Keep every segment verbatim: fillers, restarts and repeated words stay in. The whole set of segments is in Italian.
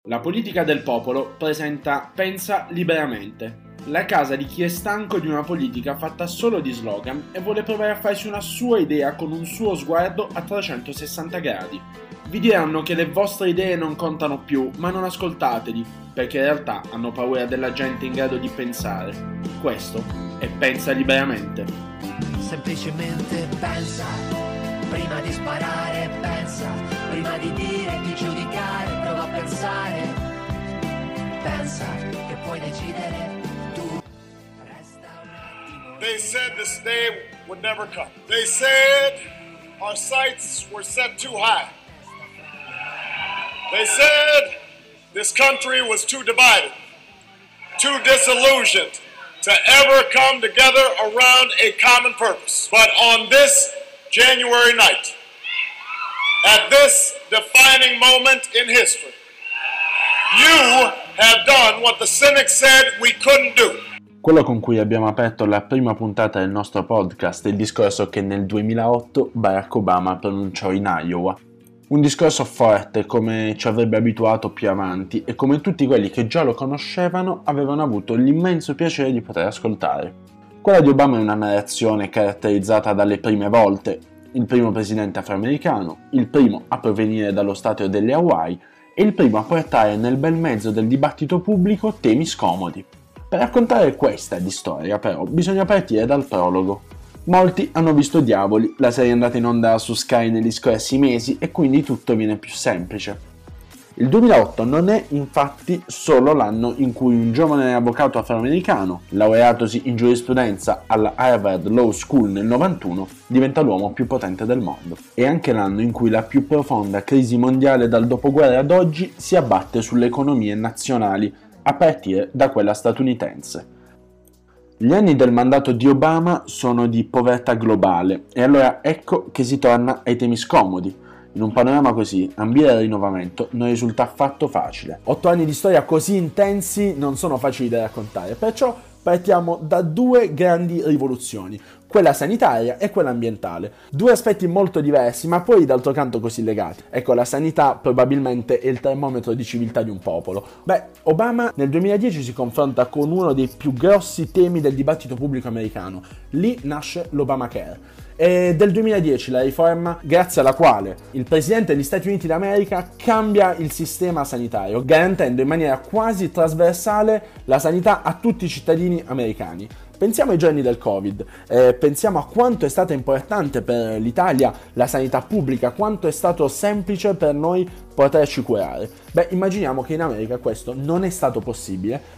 La politica del popolo presenta Pensa liberamente, la casa di chi è stanco di una politica fatta solo di slogan e vuole provare a farsi una sua idea con un suo sguardo a trecentosessanta gradi. Vi diranno che le vostre idee non contano più, ma non ascoltateli, perché in realtà hanno paura della gente in grado di pensare. Questo è Pensa liberamente. Semplicemente pensa, prima di sparare pensa, prima di dire, di giudicare, prova a pensare, pensa che puoi decidere tu. Resta un attimo. They said this day would never come. They said our sights were set too high. They said this country was too divided, too disillusioned to ever come together around a common purpose. But on this January night, at this defining moment in history, you have done what the cynics said we couldn't do. Quello con cui abbiamo aperto la prima puntata del nostro podcast è il discorso che nel duemilaotto Barack Obama pronunciò in Iowa. Un discorso forte, come ci avrebbe abituato più avanti, e come tutti quelli che già lo conoscevano avevano avuto l'immenso piacere di poter ascoltare. Quella di Obama è una narrazione caratterizzata dalle prime volte, il primo presidente afroamericano, il primo a provenire dallo stato delle Hawaii e il primo a portare nel bel mezzo del dibattito pubblico temi scomodi. Per raccontare questa di storia, però, bisogna partire dal prologo. Molti hanno visto Diavoli, la serie è andata in onda su Sky negli scorsi mesi e quindi tutto viene più semplice. Il duemilaotto non è infatti solo l'anno in cui un giovane avvocato afroamericano, laureatosi in giurisprudenza alla Harvard Law School nel novantuno, diventa l'uomo più potente del mondo. È anche l'anno in cui la più profonda crisi mondiale dal dopoguerra ad oggi si abbatte sulle economie nazionali, a partire da quella statunitense. Gli anni del mandato di Obama sono di povertà globale e allora ecco che si torna ai temi scomodi. In un panorama così, ambire al rinnovamento non risulta affatto facile. Otto anni di storia così intensi non sono facili da raccontare, perciò partiamo da due grandi rivoluzioni, quella sanitaria e quella ambientale. Due aspetti molto diversi, ma poi d'altro canto così legati. Ecco, la sanità probabilmente è il termometro di civiltà di un popolo. Beh, Obama nel duemiladieci si confronta con uno dei più grossi temi del dibattito pubblico americano. Lì nasce l'Obamacare. È del duemiladieci la riforma grazie alla quale il presidente degli Stati Uniti d'America cambia il sistema sanitario, garantendo in maniera quasi trasversale la sanità a tutti i cittadini americani. Pensiamo ai giorni del Covid, eh, pensiamo a quanto è stata importante per l'Italia la sanità pubblica, quanto è stato semplice per noi poterci curare. Beh, immaginiamo che in America questo non è stato possibile.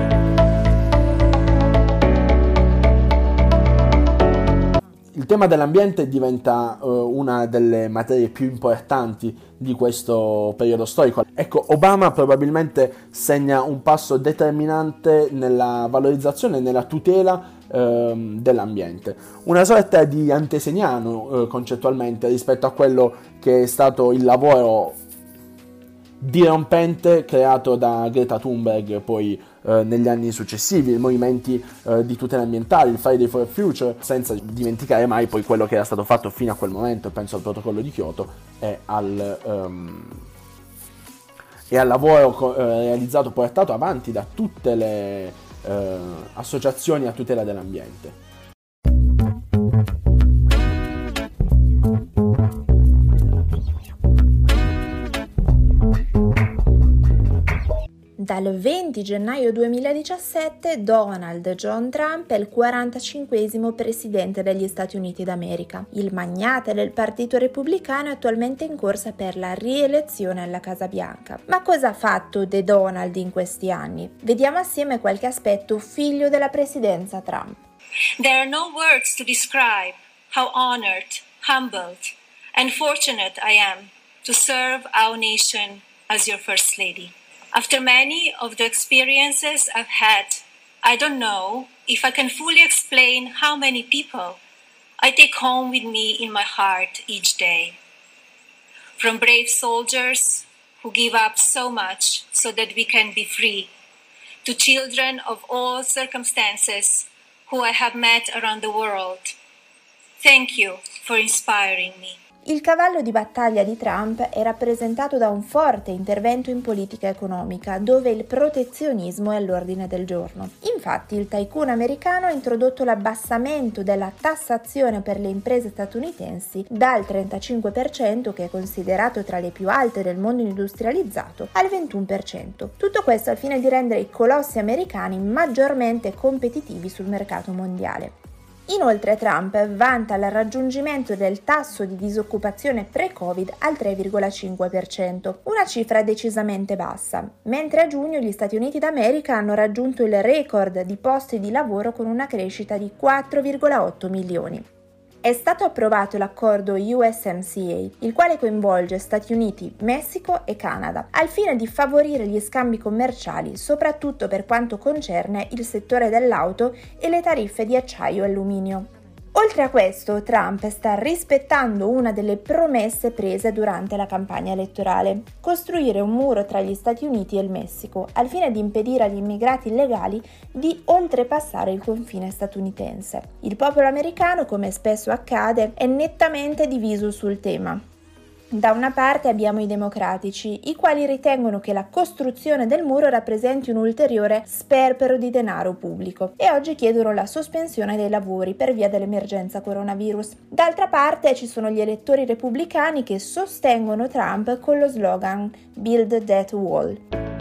Il tema dell'ambiente diventa uh, una delle materie più importanti di questo periodo storico. Ecco, Obama probabilmente segna un passo determinante nella valorizzazione e nella tutela uh, dell'ambiente. Una sorta di anteseniano uh, concettualmente rispetto a quello che è stato il lavoro dirompente creato da Greta Thunberg poi eh, negli anni successivi, i movimenti eh, di tutela ambientale, il Friday for Future, senza dimenticare mai poi quello che era stato fatto fino a quel momento, penso al protocollo di Kyoto e al, um, e al lavoro co- eh, realizzato, portato avanti da tutte le eh, associazioni a tutela dell'ambiente. Dal venti gennaio duemiladiciassette Donald John Trump è il quarantacinquesimo presidente degli Stati Uniti d'America. Il magnate del Partito Repubblicano è attualmente in corsa per la rielezione alla Casa Bianca. Ma cosa ha fatto The Donald in questi anni? Vediamo assieme qualche aspetto figlio della presidenza Trump. There are no words to describe how honored, humbled, and fortunate I am to serve our nation as your First Lady. After many of the experiences I've had, I don't know if I can fully explain how many people I take home with me in my heart each day. From brave soldiers who give up so much so that we can be free, to children of all circumstances who I have met around the world. Thank you for inspiring me. Il cavallo di battaglia di Trump è rappresentato da un forte intervento in politica economica, dove il protezionismo è all'ordine del giorno. Infatti, il tycoon americano ha introdotto l'abbassamento della tassazione per le imprese statunitensi dal trentacinque per cento, che è considerato tra le più alte del mondo industrializzato, al ventuno per cento. Tutto questo al fine di rendere i colossi americani maggiormente competitivi sul mercato mondiale. Inoltre Trump vanta il raggiungimento del tasso di disoccupazione pre-Covid al tre virgola cinque per cento, una cifra decisamente bassa, mentre a giugno gli Stati Uniti d'America hanno raggiunto il record di posti di lavoro con una crescita di quattro virgola otto milioni. È stato approvato l'accordo U S M C A, il quale coinvolge Stati Uniti, Messico e Canada, al fine di favorire gli scambi commerciali, soprattutto per quanto concerne il settore dell'auto e le tariffe di acciaio e alluminio. Oltre a questo, Trump sta rispettando una delle promesse prese durante la campagna elettorale: costruire un muro tra gli Stati Uniti e il Messico, al fine di impedire agli immigrati illegali di oltrepassare il confine statunitense. Il popolo americano, come spesso accade, è nettamente diviso sul tema. Da una parte abbiamo i democratici, i quali ritengono che la costruzione del muro rappresenti un ulteriore sperpero di denaro pubblico e oggi chiedono la sospensione dei lavori per via dell'emergenza coronavirus. D'altra parte ci sono gli elettori repubblicani che sostengono Trump con lo slogan "Build that wall".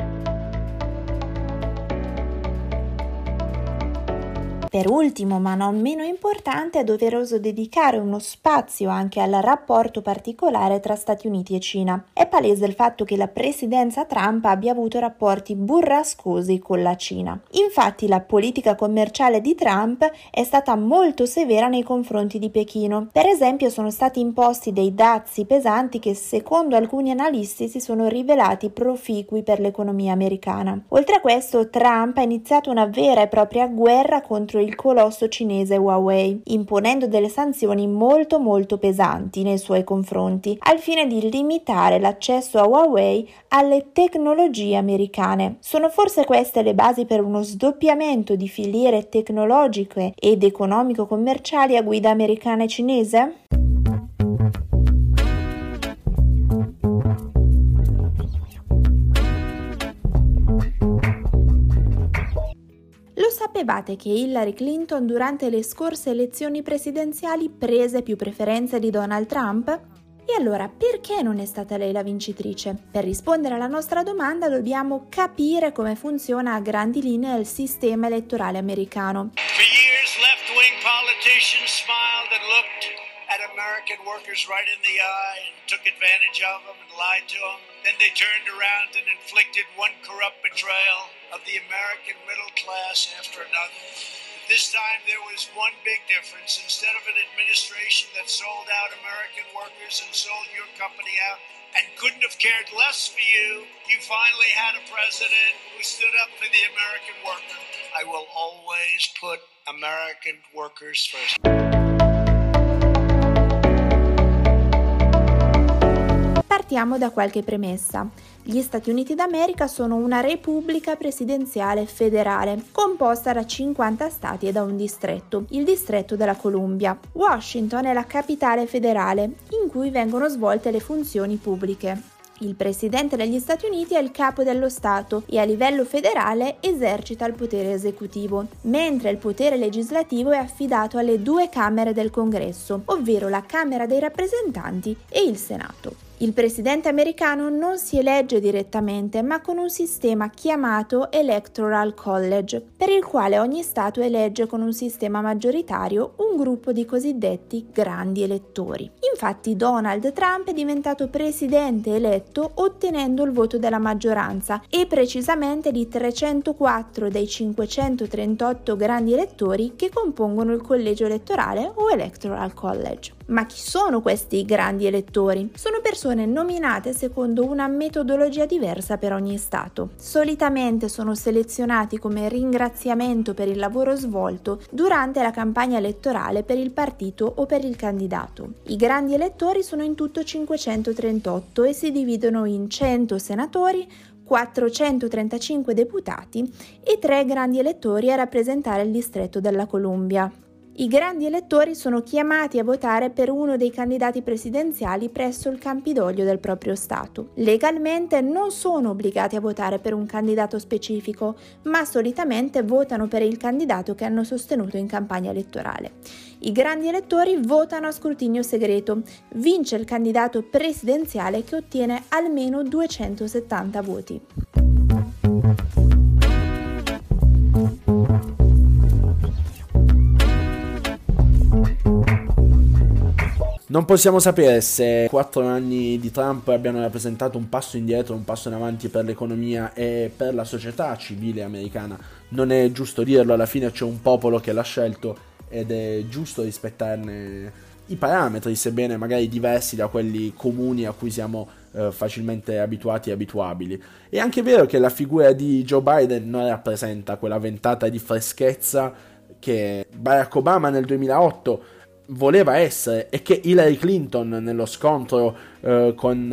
Per ultimo, ma non meno importante, è doveroso dedicare uno spazio anche al rapporto particolare tra Stati Uniti e Cina. È palese il fatto che la presidenza Trump abbia avuto rapporti burrascosi con la Cina. Infatti, la politica commerciale di Trump è stata molto severa nei confronti di Pechino. Per esempio, sono stati imposti dei dazi pesanti che, secondo alcuni analisti, si sono rivelati proficui per l'economia americana. Oltre a questo, Trump ha iniziato una vera e propria guerra contro il colosso cinese Huawei, imponendo delle sanzioni molto molto pesanti nei suoi confronti, al fine di limitare l'accesso a Huawei alle tecnologie americane. Sono forse queste le basi per uno sdoppiamento di filiere tecnologiche ed economico-commerciali a guida americana e cinese? Sapevate che Hillary Clinton durante le scorse elezioni presidenziali prese più preferenze di Donald Trump? E allora perché non è stata lei la vincitrice? Per rispondere alla nostra domanda dobbiamo capire come funziona a grandi linee il sistema elettorale americano. For years, left-wing politicians smiled and looked at American workers right in the eye and took advantage of them and lied to them. Then they turned around and inflicted one corrupt betrayal of the American middle class after another. This time there was one big difference. Instead of an administration that sold out American workers and sold your company out and couldn't have cared less for you, you finally had a president who stood up for the American worker. I will always put American workers first. Partiamo da qualche premessa. Gli Stati Uniti d'America sono una repubblica presidenziale federale, composta da cinquanta stati e da un distretto, il distretto della Columbia. Washington è la capitale federale, in cui vengono svolte le funzioni pubbliche. Il presidente degli Stati Uniti è il capo dello Stato e a livello federale esercita il potere esecutivo, mentre il potere legislativo è affidato alle due camere del Congresso, ovvero la Camera dei rappresentanti e il Senato. Il presidente americano non si elegge direttamente, ma con un sistema chiamato Electoral College, per il quale ogni stato elegge con un sistema maggioritario un gruppo di cosiddetti grandi elettori. Infatti Donald Trump è diventato presidente eletto ottenendo il voto della maggioranza e precisamente di trecentoquattro dei cinquecentotrentotto grandi elettori che compongono il collegio elettorale o Electoral College. Ma chi sono questi grandi elettori? Sono persone nominate secondo una metodologia diversa per ogni stato. Solitamente sono selezionati come ringraziamento per il lavoro svolto durante la campagna elettorale per il partito o per il candidato. I grandi elettori sono in tutto cinquecentotrentotto e si dividono in cento senatori, quattrocentotrentacinque deputati e tre grandi elettori a rappresentare il distretto della Columbia. I grandi elettori sono chiamati a votare per uno dei candidati presidenziali presso il Campidoglio del proprio stato. Legalmente non sono obbligati a votare per un candidato specifico, ma solitamente votano per il candidato che hanno sostenuto in campagna elettorale. I grandi elettori votano a scrutinio segreto. Vince il candidato presidenziale che ottiene almeno duecentosettanta voti. Non possiamo sapere se quattro anni di Trump abbiano rappresentato un passo indietro, un passo in avanti per l'economia e per la società civile americana. Non è giusto dirlo, alla fine c'è un popolo che l'ha scelto ed è giusto rispettarne i parametri, sebbene magari diversi da quelli comuni a cui siamo eh, facilmente abituati e abituabili. È anche vero che la figura di Joe Biden non rappresenta quella ventata di freschezza che Barack Obama nel duemilaotto voleva essere e che Hillary Clinton nello scontro eh, con,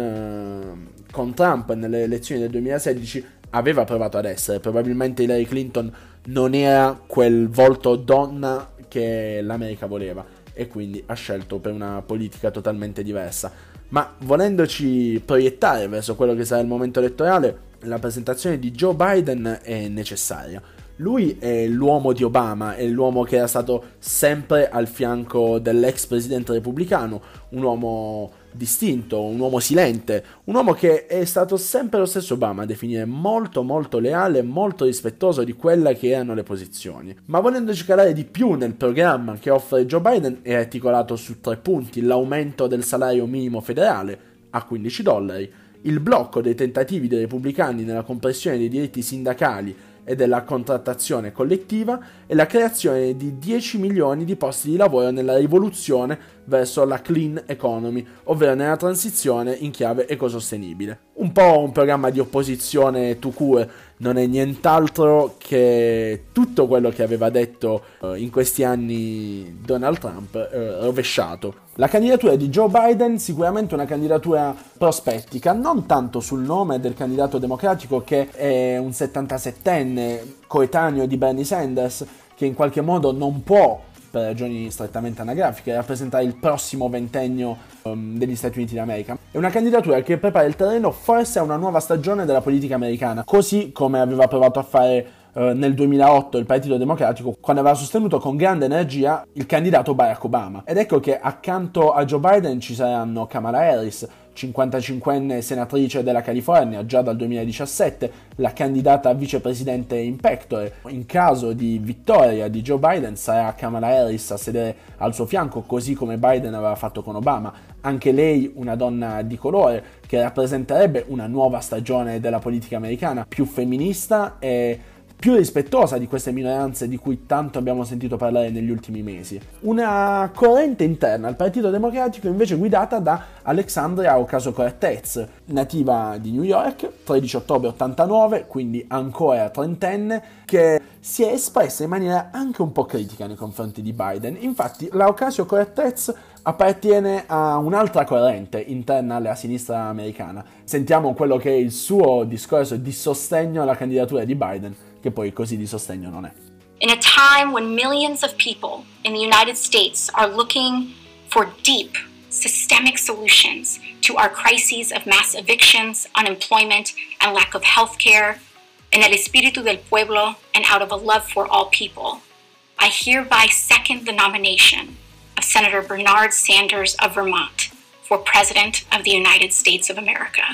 eh, con Trump nelle elezioni del duemilasedici aveva provato ad essere. Probabilmente Hillary Clinton non era quel volto donna che l'America voleva e quindi ha scelto per una politica totalmente diversa. Ma volendoci proiettare verso quello che sarà il momento elettorale, la presentazione di Joe Biden è necessaria. Lui è l'uomo di Obama, è l'uomo che era stato sempre al fianco dell'ex presidente repubblicano, un uomo distinto, un uomo silente, un uomo che è stato sempre lo stesso Obama a definire molto molto leale, molto rispettoso di quelle che erano le posizioni. Ma volendoci calare di più nel programma che offre Joe Biden, è articolato su tre punti: l'aumento del salario minimo federale a quindici dollari, il blocco dei tentativi dei repubblicani nella compressione dei diritti sindacali e della contrattazione collettiva e la creazione di dieci milioni di posti di lavoro nella rivoluzione verso la clean economy, ovvero nella transizione in chiave ecosostenibile. Un po' un programma di opposizione tout court, non è nient'altro che tutto quello che aveva detto eh, in questi anni Donald Trump eh, rovesciato. La candidatura di Joe Biden sicuramente una candidatura prospettica, non tanto sul nome del candidato democratico che è un settantasettenne coetaneo di Bernie Sanders, che in qualche modo non può, per ragioni strettamente anagrafiche, rappresentare il prossimo ventennio um, degli Stati Uniti d'America. È una candidatura che prepara il terreno forse a una nuova stagione della politica americana, così come aveva provato a fare uh, nel duemilaotto il Partito Democratico, quando aveva sostenuto con grande energia il candidato Barack Obama. Ed ecco che accanto a Joe Biden ci saranno Kamala Harris, cinquantacinquenne senatrice della California già dal duemiladiciassette, la candidata a vicepresidente in pectore. In caso di vittoria di Joe Biden sarà Kamala Harris a sedere al suo fianco, così come Biden aveva fatto con Obama. Anche lei una donna di colore che rappresenterebbe una nuova stagione della politica americana, più femminista e più rispettosa di queste minoranze di cui tanto abbiamo sentito parlare negli ultimi mesi. Una corrente interna al Partito Democratico invece guidata da Alexandria Ocasio-Cortez, nativa di New York, tredici ottobre ottantanove, quindi ancora trentenne, che si è espressa in maniera anche un po' critica nei confronti di Biden. Infatti la Ocasio-Cortez appartiene a un'altra corrente interna alla sinistra americana. Sentiamo quello che è il suo discorso di sostegno alla candidatura di Biden, che poi così di sostegno non è. In a time when millions of people in the United States are looking for deep, systemic solutions to our crises of mass evictions, unemployment, and lack of health care, in el espíritu del pueblo and out of a love for all people, I hereby second the nomination of Senator Bernard Sanders of Vermont for President of the United States of America.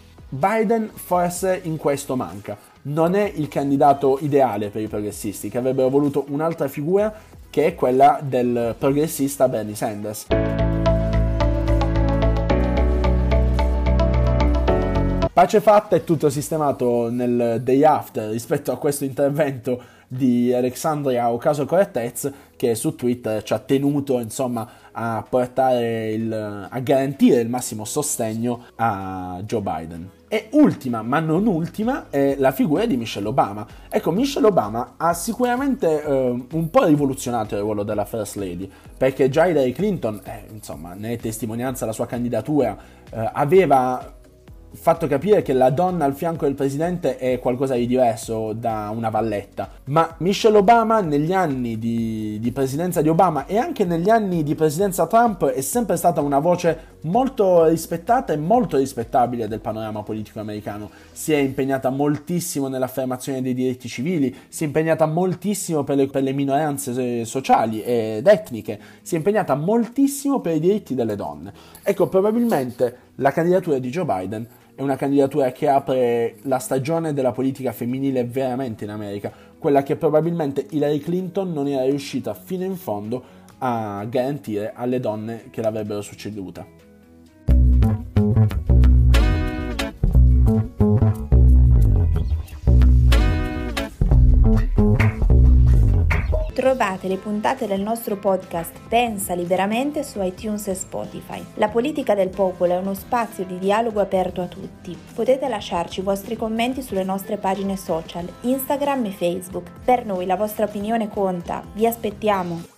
Biden forse in questo manca. Non è il candidato ideale per i progressisti, che avrebbero voluto un'altra figura, che è quella del progressista Bernie Sanders. Pace fatta e tutto sistemato nel day after rispetto a questo intervento di Alexandria Ocasio-Cortez, che su Twitter ci ha tenuto insomma a portare il, a garantire il massimo sostegno a Joe Biden. E ultima, ma non ultima, è la figura di Michelle Obama. Ecco, Michelle Obama ha sicuramente eh, un po' rivoluzionato il ruolo della First Lady, perché già Hillary Clinton, eh, insomma, ne è testimonianza la sua candidatura, eh, aveva fatto capire che la donna al fianco del presidente è qualcosa di diverso da una valletta. Ma Michelle Obama negli anni di, di presidenza di Obama e anche negli anni di presidenza Trump è sempre stata una voce molto rispettata e molto rispettabile del panorama politico americano. Si è impegnata moltissimo nell'affermazione dei diritti civili, si è impegnata moltissimo per le, per le minoranze sociali ed etniche, si è impegnata moltissimo per i diritti delle donne. Ecco, probabilmente la candidatura di Joe Biden è una candidatura che apre la stagione della politica femminile veramente in America, quella che probabilmente Hillary Clinton non era riuscita fino in fondo a garantire alle donne che l'avrebbero succeduta. Trovate le puntate del nostro podcast Pensa Liberamente su iTunes e Spotify. La politica del popolo è uno spazio di dialogo aperto a tutti. Potete lasciarci i vostri commenti sulle nostre pagine social, Instagram e Facebook. Per noi la vostra opinione conta. Vi aspettiamo!